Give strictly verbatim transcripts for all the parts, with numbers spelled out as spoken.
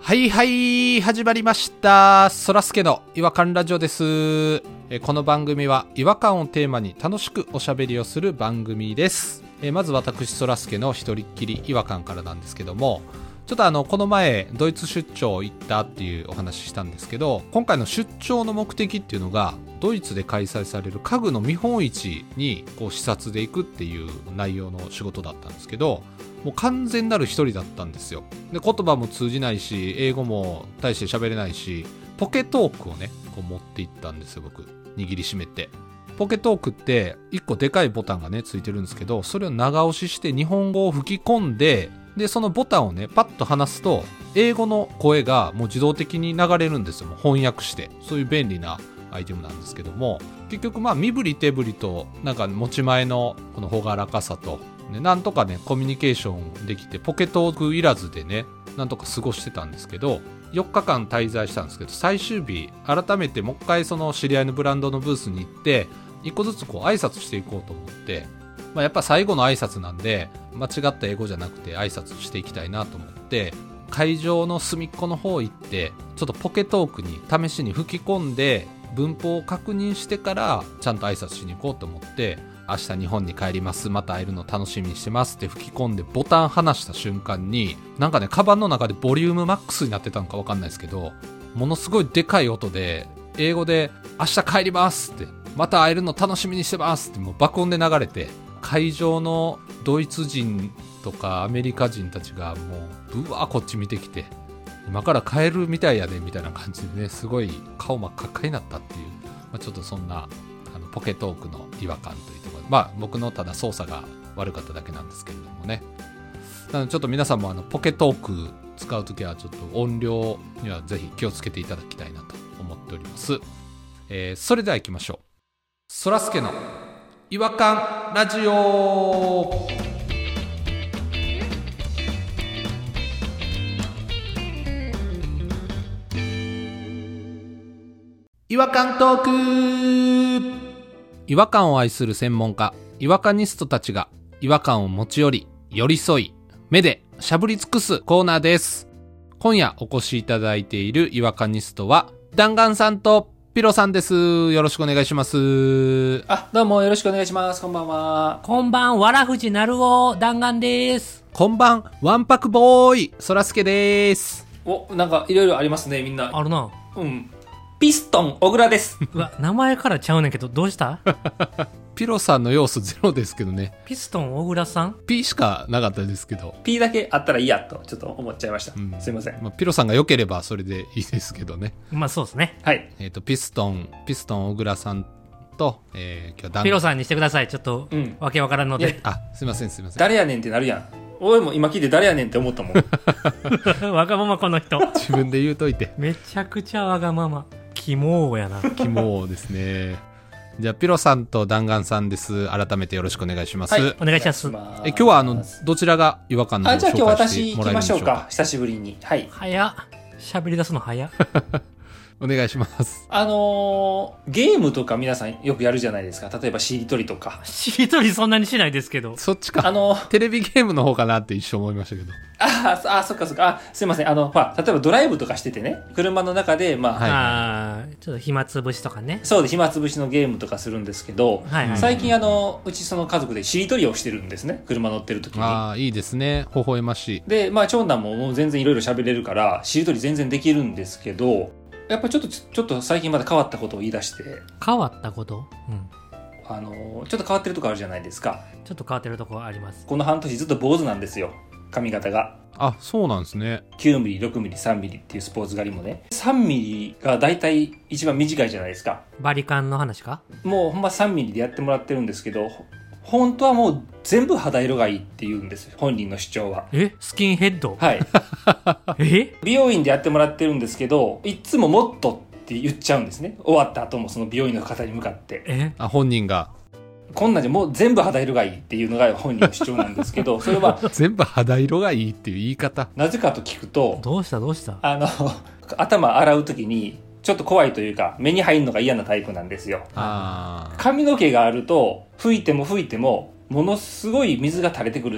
はいはい始まりましたそらすけの違和感ラジオです。えこの番組は違和感をテーマに楽しくおしゃべりをする番組です。えまず私そらすけの一人っきり違和感からなんですけども、ちょっとあのこの前ドイツ出張行ったっていうお話したんですけど、今回の出張の目的っていうのがドイツで開催される家具の見本市にこう視察で行くっていう内容の仕事だったんですけど、もう完全なる一人だったんですよ。で言葉も通じないし英語も大して喋れないし、ポケトークをねこう持って行ったんですよ。僕握りしめて、ポケトークっていっこでかいボタンがねついてるんですけど、それを長押しして日本語を吹き込んで、でそのボタンをねパッと離すと英語の声がもう自動的に流れるんですよ。もう翻訳して、そういう便利なアイテムなんですけども、結局まあ身振り手振りとなんか持ち前のこの朗らかさと、ね、なんとかねコミュニケーションできて、ポケトークいらずでねなんとか過ごしてたんですけど、よっかかん滞在したんですけど、最終日改めてもう一回その知り合いのブランドのブースに行っていっこずつこう挨拶していこうと思って、まあ、やっぱ最後の挨拶なんで間違った英語じゃなくて挨拶していきたいなと思って、会場の隅っこの方行ってちょっとポケトークに試しに吹き込んで文法を確認してからちゃんと挨拶しに行こうと思って、明日日本に帰ります、また会えるの楽しみにしてますって吹き込んでボタン離した瞬間になんかねカバンの中でボリュームマックスになってたのか分かんないですけど、ものすごいでかい音で英語で明日帰りますって、また会えるの楽しみにしてますってもう爆音で流れて、会場のドイツ人とかアメリカ人たちがもうブワーこっち見てきて、今から帰るみたいやでみたいな感じでね、すごい顔真っ赤っかになったっていう、まあ、ちょっとそんなあのポケトークの違和感というところで、まあ僕のただ操作が悪かっただけなんですけれどもね。なのでちょっと皆さんもあのポケトーク使うときはちょっと音量にはぜひ気をつけていただきたいなと思っております。えー、それでは行きましょう。そらすけの違和感ラジオ。違和感トーク。違和感を愛する専門家違和感ニストたちが違和感を持ち寄り寄り添い目でしゃぶり尽くすコーナーです。今夜お越しいただいている違和感ニストは弾丸さんとピロさんです。よろしくお願いします。 あ、どうもよろしくお願いします。こんばんは。 こんばん、わらふじなるお弾丸です。 こんばん、わんぱくボーイそらすけです。 お、なんかいろいろありますね、みんな。 あるな。 うん。ピストン小倉です。 うわ、名前からちゃうねんけど、どうしたピロさんの要素ゼロですけどね。 ピストン小倉さん P しかなかったですけど、 P だけあったらいいやとちょっと思っちゃいました、うん、すいません、 まあ、ピロさんが良ければそれでいいですけどね。 まあそうですね。 はい。 えっ、ー、とピストンピストン小倉さんと、えー、今日はピロさんにしてください。ちょっと、うん、わけわからんので。 あ、すいませんすいません。 誰やねんってなるやん。俺も今聞いて誰やねんって思ったもん。 わがままこの人。 自分で言うといて。 めちゃくちゃわがまま。キモーやな。 キモーですね。じゃあピロさんと弾丸さんです。改めてよろしくお願いします。はい、 お願いします。 え今日はあのどちらが違和感の方を紹介してもらえるんでしょうか。 あ、じゃあ今日私行きましょうか。久しぶりに。はい。 早っ。喋り出すの早っ。 お願いします。 あのー、ゲームとか皆さんよくやるじゃないですか。例えばしりとりとか。 しりとりそんなにしないですけど。 そっちか。 あのー、 テレビゲームの方かなって一瞬思いましたけど。 ああ、そっかそっか。あ、すいません。あの、まあ、例えばドライブとかしててね、車の中で、まあ、 はい、あちょっと暇つぶしとかね。 そうで、暇つぶしのゲームとかするんですけど、はいはい、最近あの、うちその家族でしりとりをしてるんですね。車乗ってる時に。 ああ、いいですね。微笑ましい。 で、まあ、長男ももう全然いろいろ喋れるから、しりとり全然できるんですけど、やっぱりちょっと、ちょっと最近まで変わったことを言い出して。 変わったこと？うん。 あの、ちょっと変わってるとこあるじゃないですか。 ちょっと変わってるとこあります。 この半年ずっと坊主なんですよ。髪型が。 あ、そうなんですね。 きゅうミリ、ろくミリ、さんミリっていうスポーツ狩りもね。さんミリがだいたい一番短いじゃないですか。 バリカンの話か？もうほんまさんミリでやってもらってるんですけど、本当はもう全部肌色がいいって言うんですよ。本人の主張は。 え？スキンヘッド？ はい。え？美容院でやってもらってるんですけど、いつももっとって言っちゃうんですね。終わった後もその美容院の方に向かって。 え？あ、本人が。 こんなんじゃもう全部肌色がいいっていうのが本人の主張なんですけど、それは全部肌色がいいっていう言い方。 なぜかと聞くと、 どうしたどうした？ あの頭洗うときにちょっと怖いというか目に入るのが嫌なタイプなんですよ。あ、髪の毛があると拭いても拭いてもものすごい水が垂れてくる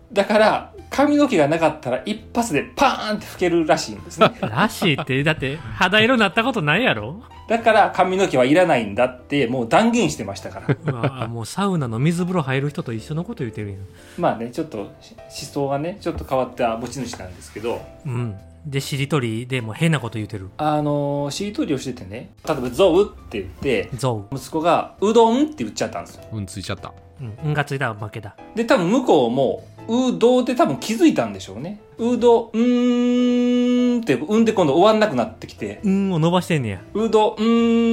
だから髪の毛がなかったら一発でパーンって拭けるらしいんですねらしいって、だって肌色になったことないやろ。 だから髪の毛はいらないんだってもう断言してましたからうわもうサウナの水風呂入る人と一緒のこと言ってるやん。 まあねちょっと思想がねちょっと変わった持ち主なんですけど、 うんでしりとりでも変なこと言ってる。 あのしりとりをしててね、例えばゾウって言ってゾウ息子がうどんって言っちゃったんですよ。 うんついちゃった。 うんうんがついたら負けだ。 で多分向こうもうどうで多分気づいたんでしょうね。うどうーんってうんで今度終わんなくなってきて、 うんを伸ばしてんねや。 うどう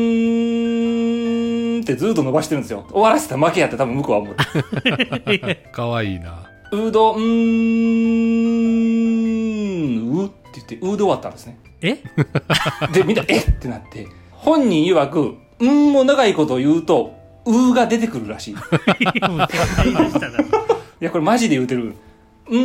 ーんってずっと伸ばしてるんですよ。終わらせたら負けやって多分向こうは思ってかわいいな。 うどうーんうって言ってうで終わったんですね。 えでみんなえってなって、本人曰くうんも長いことを言うとうが出てくるらしい。いもう絶対言い出したな。 やこれマジで言うてる。うー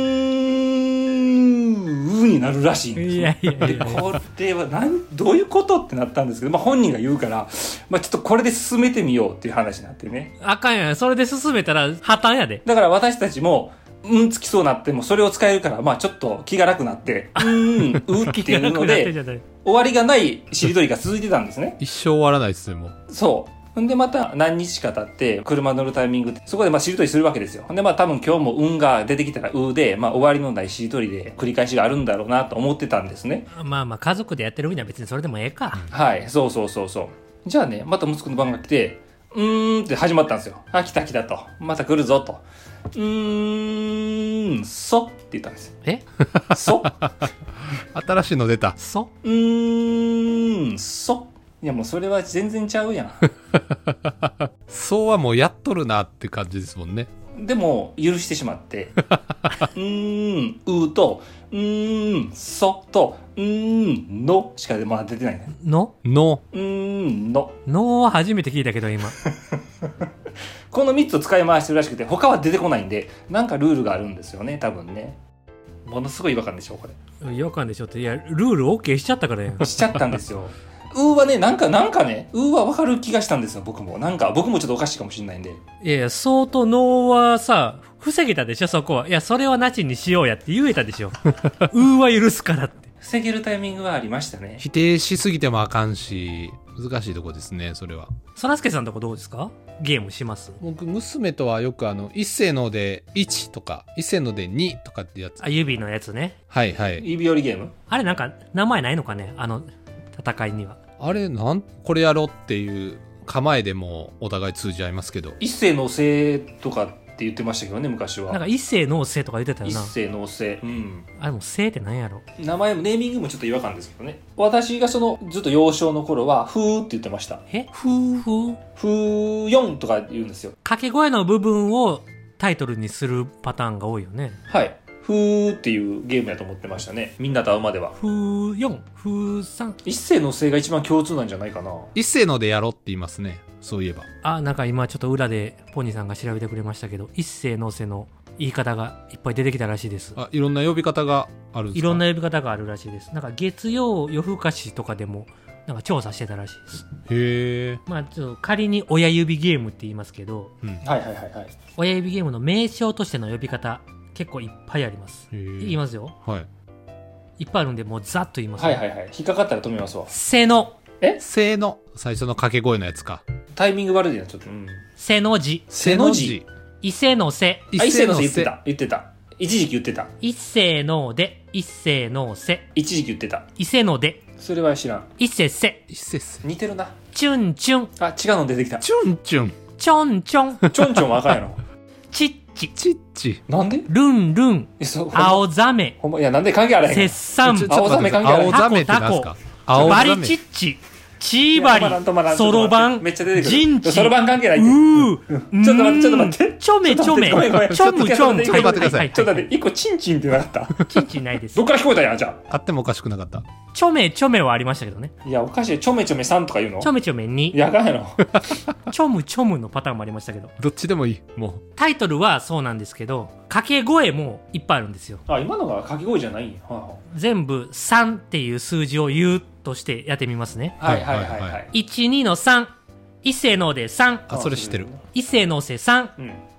んうになるらしいんですよ。 いやいやいやでこれはなんどういうことってなったんですけど、まあ、本人が言うから、まあ、ちょっとこれで進めてみようっていう話になってね。 あかんやん。それで進めたら破綻やで。 だから私たちもうんつきそうになってもそれを使えるから、まあちょっと気が楽になってうーんうっていうので終わりがないしりとりが続いてたんですね。 一生終わらないですね、もう。 そう。んでまた何日か経って車乗るタイミングでそこでまあしりとりするわけですよ。でまあ多分今日も運が出てきたらうで、まあ終わりのないしりとりで繰り返しがあるんだろうなと思ってたんですね。 まあまあ家族でやってる分には別にそれでもええか。 はい、そうそうそうそう。じゃあね、また息子の番が来て、うーんって始まったんですよ。あ、来た来たと。また来るぞと。うーん、そって言ったんです。 えそ新しいの出た。 そうーん、そいやもうそれは全然ちゃうやん。 そうはもうやっとるなって感じですもんね。 でも許してしまってうーんうとうーんそとうーんのしかまだ出てないね。 ののうーんののは初めて聞いたけど今このみっつを使い回してるらしくて他は出てこないんで、なんかルールがあるんですよね多分ね。ものすごい違和感でしょこれ。 違和感でしょって。いやルール OK しちゃったからやん。 しちゃったんですよ。うーはねなんかなんかねうーは分かる気がしたんですよ。僕もなんか僕もちょっとおかしいかもしれないんで。 いやいやそうとのはさ防げたでしょそこは。いやそれはなしにしようやって言えたでしょうーは許すからって。 防げるタイミングはありましたね。 否定しすぎてもあかんし、難しいとこですね、それは。 そらすけさんとこどうですか？ゲームします？ 僕、娘とはよくあの、一斉のでいちとか、一斉のでにとかってやつ。 あ、指のやつね。 はいはい。 指折りゲーム。 あれなんか名前ないのかね、あの戦いには。 あれ、なんこれやろうっていう構えでもお互い通じ合いますけど。 一斉のせとかって言ってましたけどね昔は。 なんか一斉のせとか言ってたよな。 一斉のせ。うん。 あれもせってなんやろ。 名前もネーミングもちょっと違和感ですけどね。私がそのずっと幼少の頃はふーって言ってました。 えふーふーふーよんとか言うんですよ。 掛け声の部分をタイトルにするパターンが多いよね。 はい。ふーっていうゲームやと思ってましたね。みんなと会うまでは。 ふーよん、ふーさん。 一斉のせが一番共通なんじゃないかな。 一斉のでやろうって言いますね。そういえば。 あ、なんか今ちょっと裏でポニーさんが調べてくれましたけど、一斉のせの言い方がいっぱい出てきたらしいです。 あ、いろんな呼び方があるんですか？ いろんな呼び方があるらしいです。なんか月曜夜更かしとかでもなんか調査してたらしいです。 へえ。 まあちょっと仮に親指ゲームって言いますけど、 うん。 はいはいはいはい。 親指ゲームの名称としての呼び方結構いっぱいあります。 へー言いますよ。 はい。 いっぱいあるんでもうざっと言います、 はいはいはい。引っかかったら止めますわ。 せの。 えせーの。最初の掛け声のやつか。 タイミング悪いな、ちょっと。うん。 せの字。 せの字。 伊勢のせ。 あ、一斉のせ言ってた。言ってた。一時期言ってた。 一斉ので、一斉のせ。 一時期言ってた。 伊勢ので。 それは知らん。 一斉せ。 一斉せ。 似てるな。 チュンチュン。 あ、違うの出てきた。 チュンチュン。 ちょんちょん。 ちょんちょんはあかんやろ。 ちっち。 チッチ。 なんでルンルン。 え、そう、ほんま青ザメ。 ほんま、いや、なんで関係あらへん。 せっさん。 ちょちょっと待ってください青ザメ関係ある青ザメってなんですか？青バザメリチッチ。チーバリいや止まらん止まらん。 そろばん。 めっちゃ出てくる。 ジンチ。 そろばん関係ないって。 うー。 ちょっと待ってちょっと待ってちょめちょめ。 ごめんごめんちょむちょむ。 ちょっと待ってくださいちょっと待って、一個チンチンってなかった。 チンチンないですど。っから聞こえたんや、じゃあってもおかしくなかった。 ちょめちょめはありましたけどね。 あ。いや、おかしい。ちょめちょめさんとか言うのちょめちょめいに。 や、あかんやろ。 ちょむちょむのパターンもありましたけど。 どっちでもいい。もう。 タイトルはそうなんですけど、掛け声もいっぱいあるんですよ。 あ、今のが掛け声じゃないんや。は全部さんっていう数字を言うとしてやってみますね。 いはいはいはいはいはい。 いち、にのさん。伊勢のでさん。 あ、それ知ってる。 伊勢のせさん。 うん。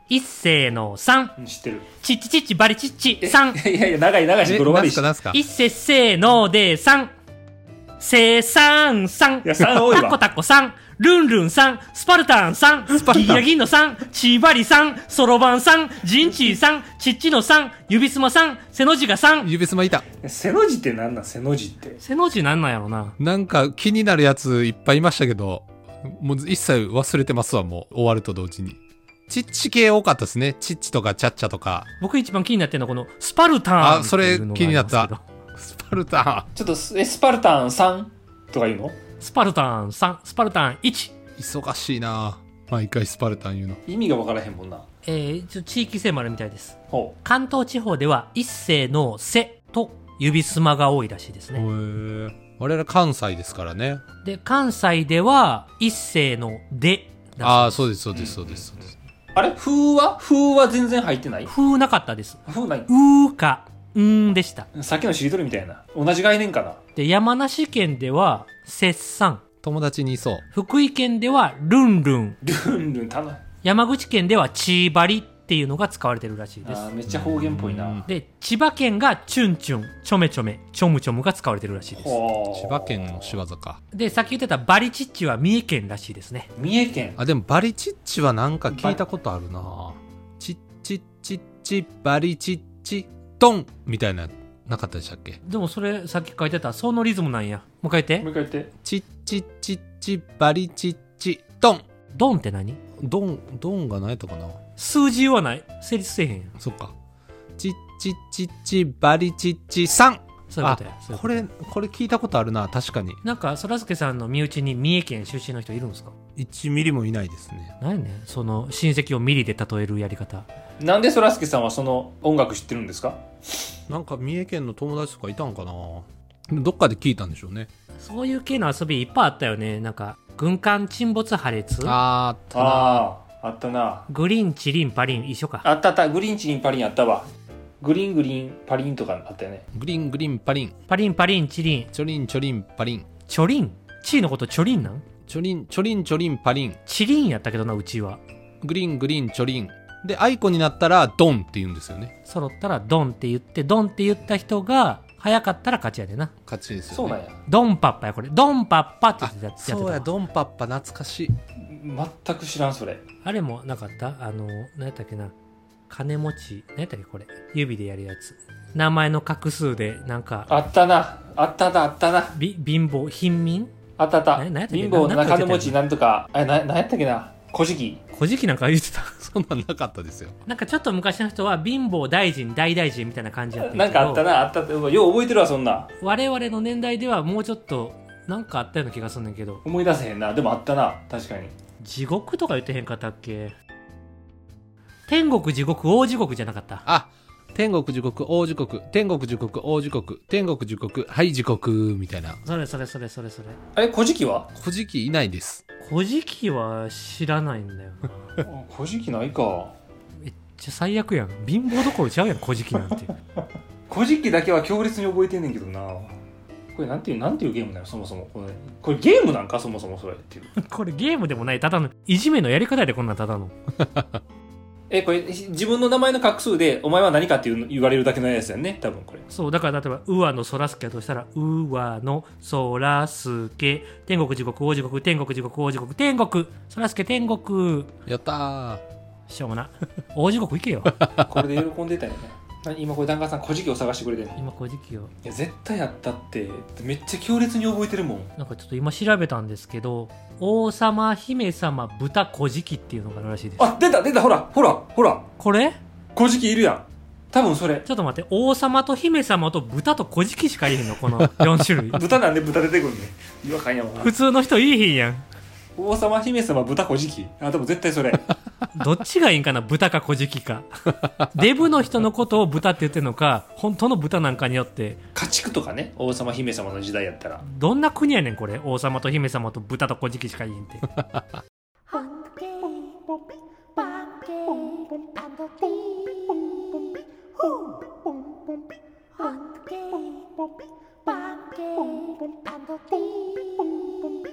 一斉のさん。 知ってる。 ちっちちっちバリちっちさん。 いやいや、長い長いし、 え、 黒バリし。 なんすかなんすか一斉せーのでさん。せーさんさん。 いやさん多いわタコタコさん。ルンルンさん。スパルタンさん。ギギヤギンのさん。チーバリさん。ソロバンさん。ジンチーさん。チッチのさん。指スマさん。背の字がさん。 指すまいた。 背の字ってなんなん背の字って。 背の字なんなんやろな。 なんか気になるやついっぱいいましたけど、もう一切忘れてますわ、もう終わると同時に。チッチ系多かったですね。チッチとかチャッチャとか。 僕一番気になってるのはこのスパルタンあ、それ気になっっていうのがあたりますけど。 スパルタちょっと、え、スパルタンさんとか言うの？ スパルタンさん。スパルタンいち。 ン。忙しいな毎回スパルタン言うの。 意味がわからへんもんな。 えー、ちょ地域性もあるみたいです。 ほ関東地方では一斉のせと指すまが多いらしいですへね。 ー。我々関西ですからね。 で、関西では一斉ので。 ああ、そうです、そうです、そうです、そうです。 う。あれ風は風は全然入ってない？ 風なかったです。 風ないうーか、うーんでした。 さっきのしりとりみたいな。同じ概念かな。 で、山梨県ではせっさん。 友達にいそう。 福井県ではルンルン。 ルンルン、たの。 山口県ではチーバリっていうのが使われてるらしいですあ。ーめっちゃ方言っぽいな。 で、千葉県がチュンチュン、ちょめちょめ、ちょむちょむが使われてるらしいです。 ほー千葉県の仕業か。 で、さっき言ってたバリチッチは三重県らしいですね。 三重県。 あ、でもバリチッチはなんか聞いたことあるなチッチッチッチバリチッチドンみたいな、なかったでしたっけ？ でもそれさっき書いてたそのリズムなんや。もう一回言って。 もう一回言って。 チッチッチッチバリチッチドン。 ドンって何？ ドン、ドンが何やったかな？ 数字はない。成立せえへんやん。 そっか。チッチッチッチバリチッチさん。 そういうことや。そういうこれ、これ聞いたことあるな、確かに。 なんか、そらすけさんの身内に三重県出身の人いるんですか？ いちミリもいないですね。 何やねんその親戚をミリで例えるやり方。 なんでそらすけさんはその音楽知ってるんですか？ なんか三重県の友達とかいたんかな？どっかで聞いたんでしょうね。 そういう系の遊びいっぱいあったよね。なんか、軍艦沈没破裂あーあったな。 ああ、あったな。 グリーン、チリン、パリン、一緒か。 あったあった。グリーンチリンパリンあったわ。グリーングリーンパリンとかあったよね。 グリングリンパリン。 パリン、パリン、チリン。 チョリンチョリンパリン。 チョリンチーのことチョリンなん？ チョリンチョリンチョリンパリン。 チリンやったけどな、うちは。 グリングリンチョリン。で、アイコになったらドンって言うんですよね。 揃ったらドンって言って、ドンって言った人が、早かったら勝ちやでな。 勝ちですよね。 そうなんや。 ドンパッパや、これ。ドンパッパってやってたやってたわそうや、ドンパッパ懐かしい。 全く知らん、それ。 あれもなかったあの、何やったっけな。金持ち。何やったっけこれ。指でやるやつ。名前の画数で、なんか、 あったな。あったな、あったな。 び貧乏、貧民あったあった。 ななんやったっけ貧乏ななんか言ってたよな金持ちなんとか、あれ、な、なんやったっけな。小じき。 小じきなんか言ってた。 そんなんなかったですよ。 なんかちょっと昔の人は貧乏大臣、大大臣みたいな感じやったけどなんかあったな、あったって。よう覚えてるわ、そんな。 我々の年代ではもうちょっと、なんかあったような気がするんだけど、 思い出せへんな。でもあったな。確かに。 地獄とか言ってへんかったっけ？天国、地獄、大地獄じゃなかった。 あ、天国地獄大地獄、天国地獄大地獄、天国地獄はい地獄みたいな。 それそれそれそれそれ。 あれ、小じきは？ 古事記いないです。 古事記は知らないんだよな。 小じきないか。 めっちゃ最悪やん。貧乏どころちゃうやん、古事記なんて。 小じきだけは強烈に覚えてんねんけどな。これなんていう、なんていうゲームなのそもそも。これ、これゲームなんかそもそもそれっていう。 これゲームでもない、ただの、いじめのやり方やで、こんなんただの。 え、これ、自分の名前の画数で、お前は何かっていう言われるだけのやつやんね。多分これ。 そう、だから例えば、うわのそらすけやとしたら、うわのそらすけ、天国地獄大地獄、天国地獄大地獄、天国、そらすけ天国。 やったー。 しょうもな。大地獄行けよ。 これで喜んでたよね。今これ、檀家さん、小じきを探してくれてんの。 今古事記を。 いや、絶対あったって、めっちゃ強烈に覚えてるもん。 なんかちょっと今調べたんですけど、王様、姫様、豚、古事記っていうのがあるらしいです。 あ、出た出た、ほらほらほらこれ小じきいるやん。多分それ。 ちょっと待って、王様と姫様と豚と古事記しかいへんのこのよん種類。 豚なんで豚出てくるね。違和感やわな。 普通の人いいへんやん。 王様、姫様、豚、小じき。あ、でも絶対それ。 どっちがいいんかな、豚か古事記か。デブの人のことを豚って言ってるのか、本当の豚なんかによって、 家畜とかね、王様、姫様の時代やったら。 どんな国やねんこれ。王様と姫様と豚と古事記しかいいんって。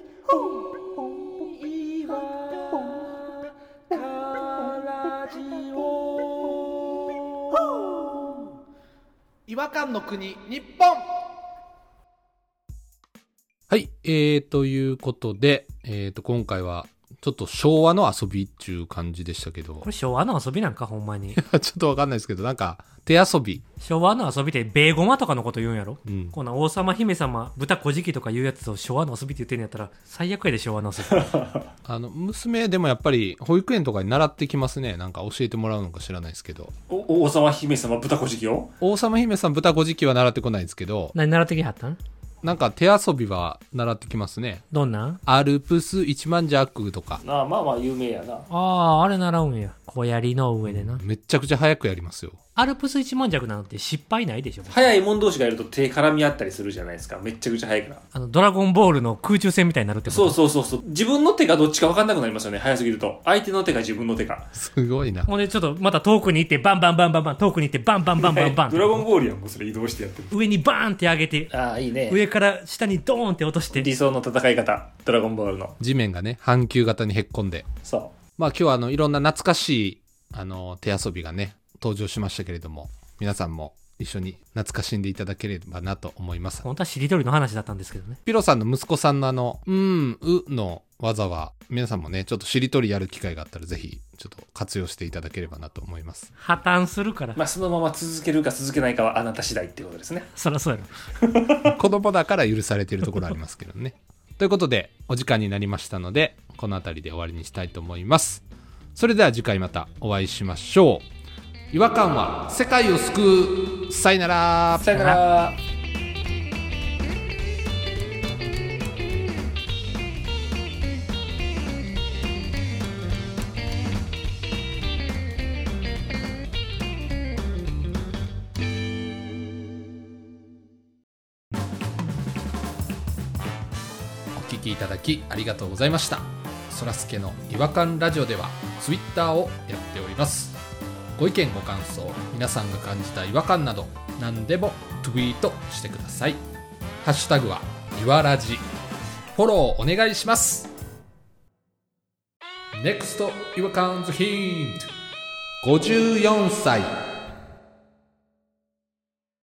いわからじ和感の国日本。はい、えー、ということで、えーと、今回はちょっと昭和の遊びっていう感じでしたけど。 これ昭和の遊びなんかほんまに。 ちょっとわかんないですけど、なんか手遊び。 昭和の遊びってベーゴマとかのこと言うんやろ、 うん、 こんな王様姫様豚小じきとかいうやつを昭和の遊びって言ってんやったら最悪やで昭和の遊び。 あの娘でもやっぱり保育園とかに習ってきますね。なんか教えてもらうのか知らないですけど。 お王様姫様豚小じきを王様姫様豚小じきは習ってこないですけど。 何習ってきはったん？ なんか手遊びは習ってきますね。 どんなん？ アルプス一万弱とか。 ああ、まあまあ有名やな。 ああ、あれ習うんや。小槍の上でな。 めっちゃくちゃ早くやりますよ。 アルプス一万弱なんて失敗ないでしょ。 早いもん同士がいると手絡み合ったりするじゃないですか。めっちゃくちゃ早いから。 あのドラゴンボールの空中戦みたいになるってこと？ そうそうそうそう。自分の手がどっちか分かんなくなりますよね。早すぎると。相手の手が自分の手か。 すごいな。 ほんでちょっとまた遠くに行ってバンバンバンバンバン、遠くに行ってバンバンバンバンバン。 ドラゴンボールやん、もうそれ移動してやってる。 上にバーンって上げて、 ああ、いいね。 上から下にドーンって落として。 理想の戦い方。ドラゴンボールの。 地面がね、半球型にへっこんで。 そう。 まあ今日はあの、いろんな懐かしい、あの、手遊びがね、登場しましたけれども、皆さんも一緒に懐かしんでいただければなと思います。 本当はしりとりの話だったんですけどね。 ピロさんの息子さんのあの、うーん、うの技は、皆さんもね、ちょっとしりとりやる機会があったらぜひ、ちょっと活用していただければなと思います。 破綻するから。 まあそのまま続けるか続けないかはあなた次第っていうことですね。 そりゃそうやろ。 子供だから許されているところありますけどね。ということで、お時間になりましたので、この辺りで終わりにしたいと思います。それでは次回またお会いしましょう。違和感は世界を救う。さよなら。 さよなら。 お聞きいただきありがとうございました。そらすけの違和感ラジオではツイッターをやっております。ご意見ご感想、皆さんが感じた違和感など何でもツイートしてください。ハッシュタグはいわらじ。フォローお願いします。 ネクスト 違和感ズヒント。ごじゅうよんさい